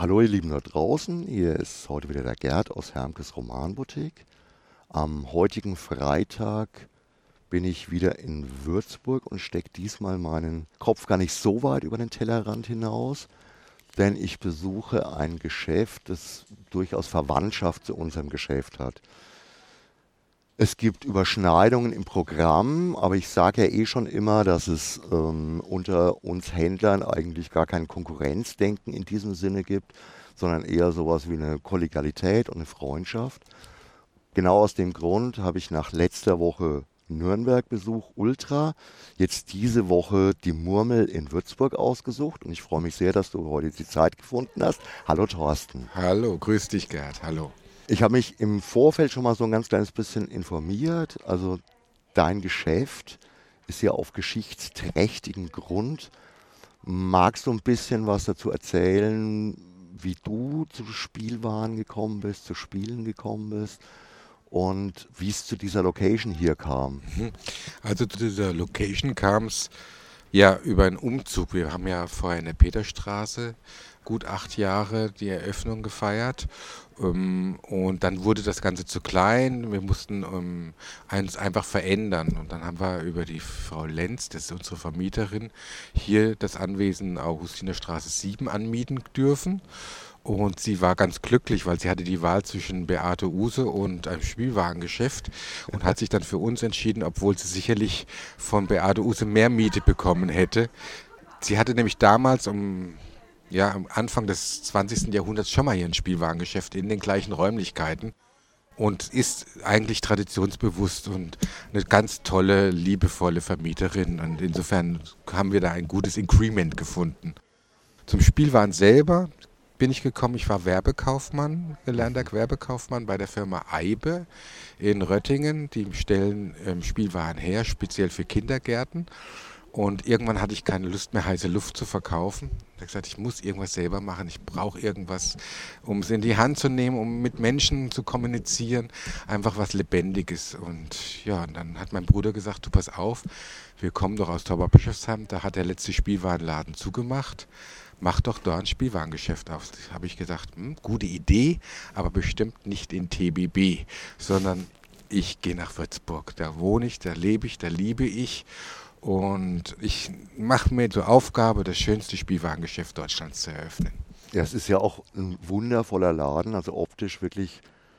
Hallo ihr Lieben da draußen, hier ist heute wieder der Gerd aus Hermkes Romanboutique. Am heutigen Freitag bin ich wieder in Würzburg und stecke diesmal meinen Kopf gar nicht so weit über den Tellerrand hinaus, denn ich besuche ein Geschäft, das durchaus Verwandtschaft zu unserem Geschäft hat. Es gibt Überschneidungen im Programm, aber ich sage ja eh schon immer, dass es unter uns Händlern eigentlich gar kein Konkurrenzdenken in diesem Sinne gibt, sondern eher sowas wie eine Kollegialität und eine Freundschaft. Genau aus dem Grund habe ich nach letzter Woche Nürnberg-Besuch Ultra jetzt diese Woche die Murmel in Würzburg ausgesucht und ich freue mich sehr, dass du heute die Zeit gefunden hast. Hallo Thorsten. Hallo, grüß dich, Gerd. Hallo. Ich habe mich im Vorfeld schon mal so ein ganz kleines bisschen informiert. Also dein Geschäft ist ja auf geschichtsträchtigen Grund. Magst du ein bisschen was dazu erzählen, wie du zu Spielwaren gekommen bist, zu Spielen gekommen bist und wie es zu dieser Location hier kam? Also zu dieser Location kam es ja über einen Umzug. Wir haben ja vorher in der Peterstraße gut 8 Jahre die Eröffnung gefeiert. Und dann wurde das Ganze zu klein. Wir mussten eins einfach verändern. Und dann haben wir über die Frau Lenz, das ist unsere Vermieterin, hier das Anwesen Augustinerstraße 7 anmieten dürfen. Und sie war ganz glücklich, weil sie hatte die Wahl zwischen Beate Uhse und einem Spielwarengeschäft und hat sich dann für uns entschieden, obwohl sie sicherlich von Beate Uhse mehr Miete bekommen hätte. Sie hatte nämlich damals am Anfang des 20. Jahrhunderts schon mal hier ein Spielwarengeschäft in den gleichen Räumlichkeiten und ist eigentlich traditionsbewusst und eine ganz tolle, liebevolle Vermieterin. Und insofern haben wir da ein gutes Increment gefunden. Zum Spielwaren selber bin ich gekommen. Ich war Werbekaufmann, gelernter Werbekaufmann bei der Firma Eibe in Röttingen. Die stellen Spielwaren her, speziell für Kindergärten. Und irgendwann hatte ich keine Lust mehr, heiße Luft zu verkaufen. Ich habe gesagt, ich muss irgendwas selber machen. Ich brauche irgendwas, um es in die Hand zu nehmen, um mit Menschen zu kommunizieren. Einfach was Lebendiges. Und ja, und dann hat mein Bruder gesagt, du pass auf, wir kommen doch aus Tauberbischofsheim. Da hat der letzte Spielwarenladen zugemacht. Mach doch da ein Spielwarengeschäft auf. Da habe ich gedacht, gute Idee, aber bestimmt nicht in TBB, sondern ich gehe nach Würzburg. Da wohne ich, da lebe ich, da liebe ich. Und ich mache mir zur Aufgabe, das schönste Spielwarengeschäft Deutschlands zu eröffnen. Ja, es ist ja auch ein wundervoller Laden, also optisch wirklich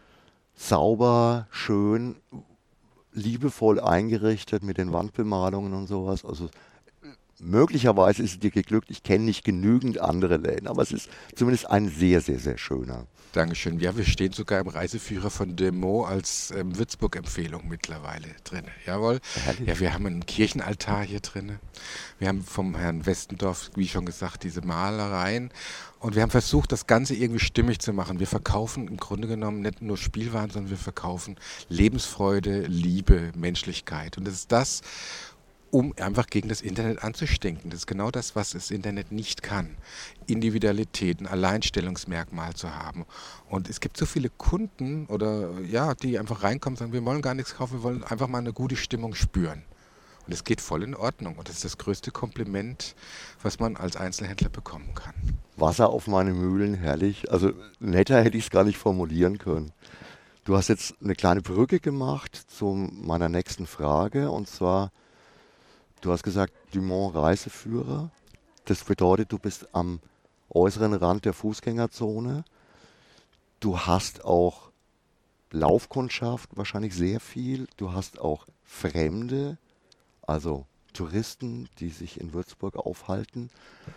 sauber, schön, liebevoll eingerichtet mit den Wandbemalungen und sowas. Also möglicherweise ist es dir geglückt, ich kenne nicht genügend andere Läden, aber es ist zumindest ein sehr, sehr, sehr schöner. Dankeschön. Ja, wir stehen sogar im Reiseführer von Demo als Würzburg-Empfehlung mittlerweile drin. Jawohl. Ja, Herrlich. wir haben einen Kirchenaltar hier drin. Wir haben vom Herrn Westendorf, wie schon gesagt, diese Malereien. Und wir haben versucht, das Ganze irgendwie stimmig zu machen. Wir verkaufen im Grunde genommen nicht nur Spielwaren, sondern wir verkaufen Lebensfreude, Liebe, Menschlichkeit. Und das ist das, um einfach gegen das Internet anzustinken. Das ist genau das, was das Internet nicht kann. Individualität, ein Alleinstellungsmerkmal zu haben. Und es gibt so viele Kunden oder ja, die einfach reinkommen und sagen, wir wollen gar nichts kaufen, wir wollen einfach mal eine gute Stimmung spüren. Und es geht voll in Ordnung. Und das ist das größte Kompliment, was man als Einzelhändler bekommen kann. Wasser auf meine Mühlen, herrlich. Also netter hätte ich es gar nicht formulieren können. Du hast jetzt eine kleine Brücke gemacht zu meiner nächsten Frage und zwar, du hast gesagt, Dumont Reiseführer. Das bedeutet, du bist am äußeren Rand der Fußgängerzone. Du hast auch Laufkundschaft, wahrscheinlich sehr viel. Du hast auch Fremde, also Touristen, die sich in Würzburg aufhalten.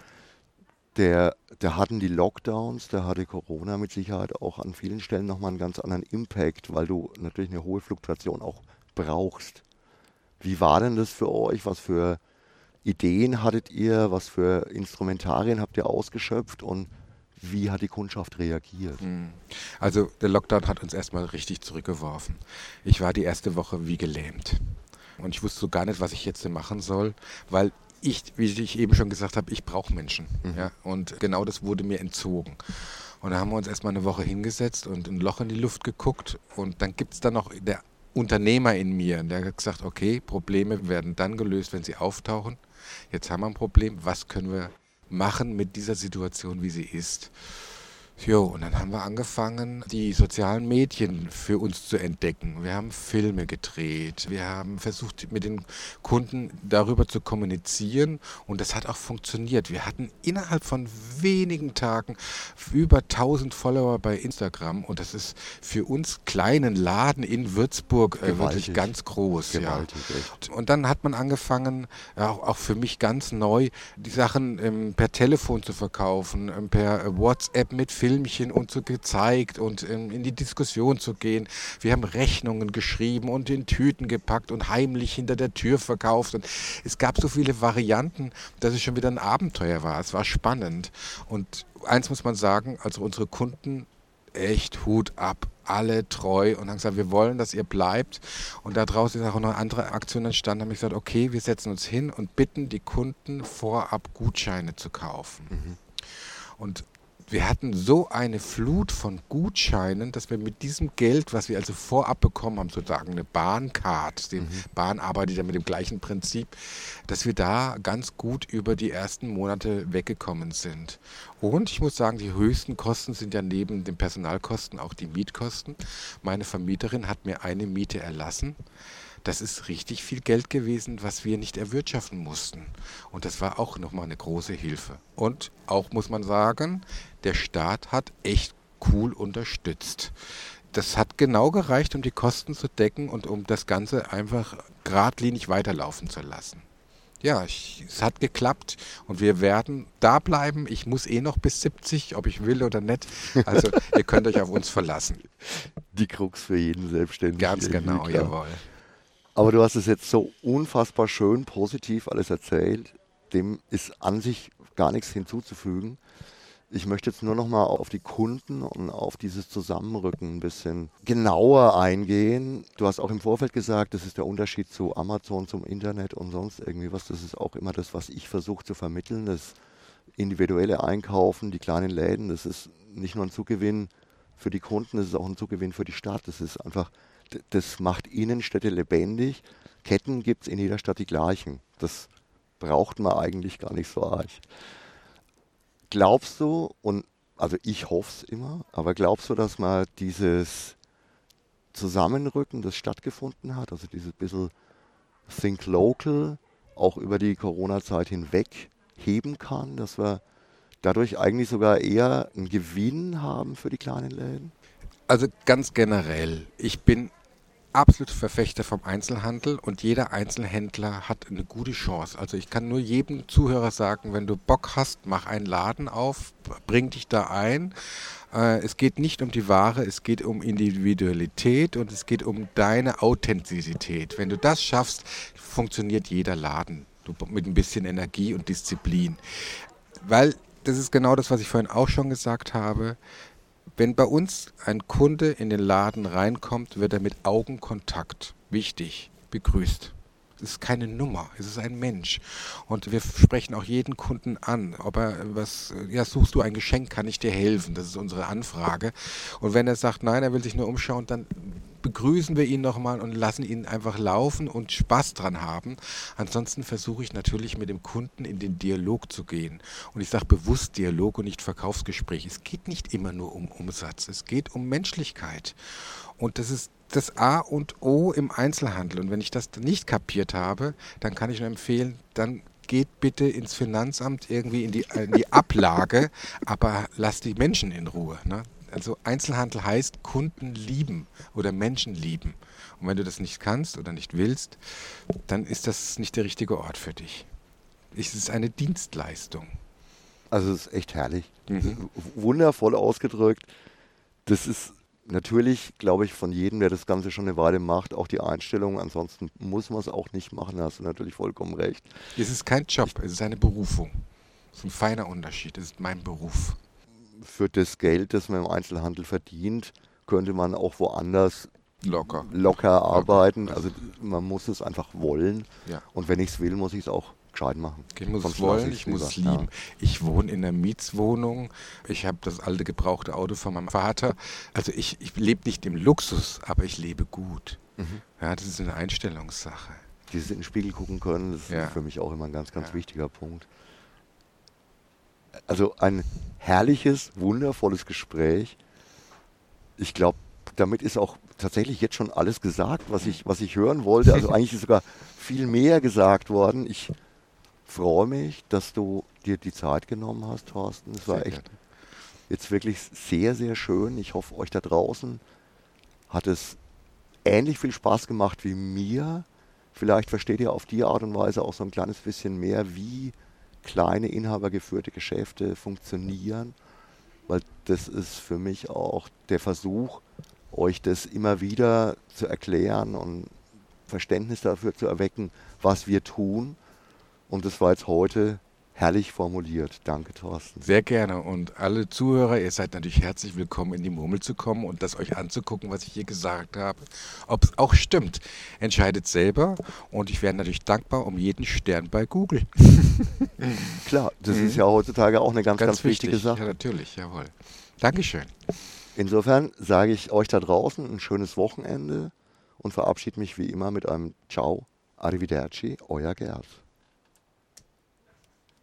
Der hatten die Lockdowns, der hatte Corona mit Sicherheit auch an vielen Stellen nochmal einen ganz anderen Impact, weil du natürlich eine hohe Fluktuation auch brauchst. Wie war denn das für euch? Was für Ideen hattet ihr? Was für Instrumentarien habt ihr ausgeschöpft? Und wie hat die Kundschaft reagiert? Also der Lockdown hat uns erstmal richtig zurückgeworfen. Ich war die erste Woche wie gelähmt. Und ich wusste so gar nicht, was ich jetzt machen soll, weil ich, wie ich eben schon gesagt habe, ich brauche Menschen. Ja? Und genau das wurde mir entzogen. Und da haben wir uns erstmal eine Woche hingesetzt und ein Loch in die Luft geguckt. Und dann gibt es da noch der Unternehmer in mir, der hat gesagt, okay, Probleme werden dann gelöst, wenn sie auftauchen. Jetzt haben wir ein Problem, was können wir machen mit dieser Situation, wie sie ist? Jo, und dann haben wir angefangen, die sozialen Medien für uns zu entdecken. Wir haben Filme gedreht, wir haben versucht, mit den Kunden darüber zu kommunizieren und das hat auch funktioniert. Wir hatten innerhalb von wenigen Tagen über 1000 Follower bei Instagram und das ist für uns kleinen Laden in Würzburg wirklich ganz groß. Gewaltig, Ja. echt. Und dann hat man angefangen, ja, auch für mich ganz neu, die Sachen per Telefon zu verkaufen, per WhatsApp mit Filmchen und so gezeigt und in die Diskussion zu gehen. Wir haben Rechnungen geschrieben und in Tüten gepackt und heimlich hinter der Tür verkauft. Und es gab so viele Varianten, dass es schon wieder ein Abenteuer war. Es war spannend. Und eins muss man sagen, also unsere Kunden, echt Hut ab, alle treu und haben gesagt, wir wollen, dass ihr bleibt. Und daraus ist auch noch eine andere Aktion entstanden. Da haben wir gesagt, okay, wir setzen uns hin und bitten die Kunden vorab Gutscheine zu kaufen. Mhm. Und wir hatten so eine Flut von Gutscheinen, dass wir mit diesem Geld, was wir also vorab bekommen haben, sozusagen eine Bahncard, die Bahn arbeitet ja mit dem gleichen Prinzip, dass wir da ganz gut über die ersten Monate weggekommen sind. Und ich muss sagen, die höchsten Kosten sind ja neben den Personalkosten auch die Mietkosten. Meine Vermieterin hat mir eine Miete erlassen. Das ist richtig viel Geld gewesen, was wir nicht erwirtschaften mussten. Und das war auch nochmal eine große Hilfe. Und auch muss man sagen, der Staat hat echt cool unterstützt. Das hat genau gereicht, um die Kosten zu decken und um das Ganze einfach geradlinig weiterlaufen zu lassen. Ja, es hat geklappt und wir werden da bleiben. Ich muss eh noch bis 70, ob ich will oder nicht. Also ihr könnt euch auf uns verlassen. Die Krux für jeden Selbstständigen. Ganz genau, jawohl. Aber du hast es jetzt so unfassbar schön positiv alles erzählt. Dem ist an sich gar nichts hinzuzufügen. Ich möchte jetzt nur noch mal auf die Kunden und auf dieses Zusammenrücken ein bisschen genauer eingehen. Du hast auch im Vorfeld gesagt, das ist der Unterschied zu Amazon, zum Internet und sonst irgendwie was. Das ist auch immer das, was ich versuche zu vermitteln. Das individuelle Einkaufen, die kleinen Läden, das ist nicht nur ein Zugewinn für die Kunden, das ist auch ein Zugewinn für die Stadt. Das ist einfach, das macht Innenstädte lebendig. Ketten gibt es in jeder Stadt die gleichen. Das braucht man eigentlich gar nicht so arg. Glaubst du, und also ich hoffe es immer, aber glaubst du, dass mal dieses Zusammenrücken, das stattgefunden hat, also dieses bisschen Think Local, auch über die Corona-Zeit hinweg heben kann, dass wir dadurch eigentlich sogar eher einen Gewinn haben für die kleinen Läden? Also ganz generell, ich bin absolut Verfechter vom Einzelhandel und jeder Einzelhändler hat eine gute Chance. Also ich kann nur jedem Zuhörer sagen, wenn du Bock hast, mach einen Laden auf, bring dich da ein. Es geht nicht um die Ware, es geht um Individualität und es geht um deine Authentizität. Wenn du das schaffst, funktioniert jeder Laden mit ein bisschen Energie und Disziplin. Weil das ist genau das, was ich vorhin auch schon gesagt habe. Wenn bei uns ein Kunde in den Laden reinkommt, wird er mit Augenkontakt, wichtig, begrüßt. Es ist keine Nummer, es ist ein Mensch. Und wir sprechen auch jeden Kunden an, ob er suchst du ein Geschenk, kann ich dir helfen? Das ist unsere Anfrage. Und wenn er sagt, nein, er will sich nur umschauen, dann begrüßen wir ihn nochmal und lassen ihn einfach laufen und Spaß dran haben. Ansonsten versuche ich natürlich mit dem Kunden in den Dialog zu gehen. Und ich sage bewusst Dialog und nicht Verkaufsgespräch. Es geht nicht immer nur um Umsatz, es geht um Menschlichkeit. Und das ist das A und O im Einzelhandel. Und wenn ich das nicht kapiert habe, dann kann ich nur empfehlen, dann geht bitte ins Finanzamt irgendwie in die Ablage, aber lasst die Menschen in Ruhe. Ne? Also Einzelhandel heißt Kunden lieben oder Menschen lieben. Und wenn du das nicht kannst oder nicht willst, dann ist das nicht der richtige Ort für dich. Es ist eine Dienstleistung. Also es ist echt herrlich. Wundervoll ausgedrückt. Das ist natürlich, glaube ich, von jedem, der das Ganze schon eine Weile macht, auch die Einstellung. Ansonsten muss man es auch nicht machen, da hast du natürlich vollkommen recht. Es ist kein Job, es ist eine Berufung. Das ist ein feiner Unterschied, es ist mein Beruf. Für das Geld, das man im Einzelhandel verdient, könnte man auch woanders locker arbeiten. Also man muss es einfach wollen. Ja. Und wenn ich es will, muss ich es auch gescheit machen. Ich muss es wollen, ich muss es lieben. Ja. Ich wohne in einer Mietswohnung. Ich habe das alte gebrauchte Auto von meinem Vater. Also ich lebe nicht im Luxus, aber ich lebe gut. Ja, das ist eine Einstellungssache. Dieses in den Spiegel gucken können, das ist für mich auch immer ein ganz, ganz wichtiger Punkt. Also ein herrliches, wundervolles Gespräch. Ich glaube, damit ist auch tatsächlich jetzt schon alles gesagt, was ich hören wollte. Also eigentlich ist sogar viel mehr gesagt worden. Ich freue mich, dass du dir die Zeit genommen hast, Thorsten. Es Sehr war gerne. echt jetzt wirklich sehr, sehr schön. Ich hoffe, euch da draußen hat es ähnlich viel Spaß gemacht wie mir. Vielleicht versteht ihr auf die Art und Weise auch so ein kleines bisschen mehr, wie kleine inhabergeführte Geschäfte funktionieren, weil das ist für mich auch der Versuch, euch das immer wieder zu erklären und Verständnis dafür zu erwecken, was wir tun. Und das war jetzt heute herrlich formuliert. Danke, Thorsten. Sehr gerne. Und alle Zuhörer, ihr seid natürlich herzlich willkommen, in die Murmel zu kommen und das euch anzugucken, was ich hier gesagt habe. Ob es auch stimmt, entscheidet selber. Und ich wäre natürlich dankbar um jeden Stern bei Google. Klar, das ist ja heutzutage auch eine ganz, Ganz ganz wichtige wichtig. Ja, Sache. natürlich. Jawohl. Dankeschön. Insofern sage ich euch da draußen ein schönes Wochenende und verabschiede mich wie immer mit einem Ciao, Arrivederci, euer Gerd.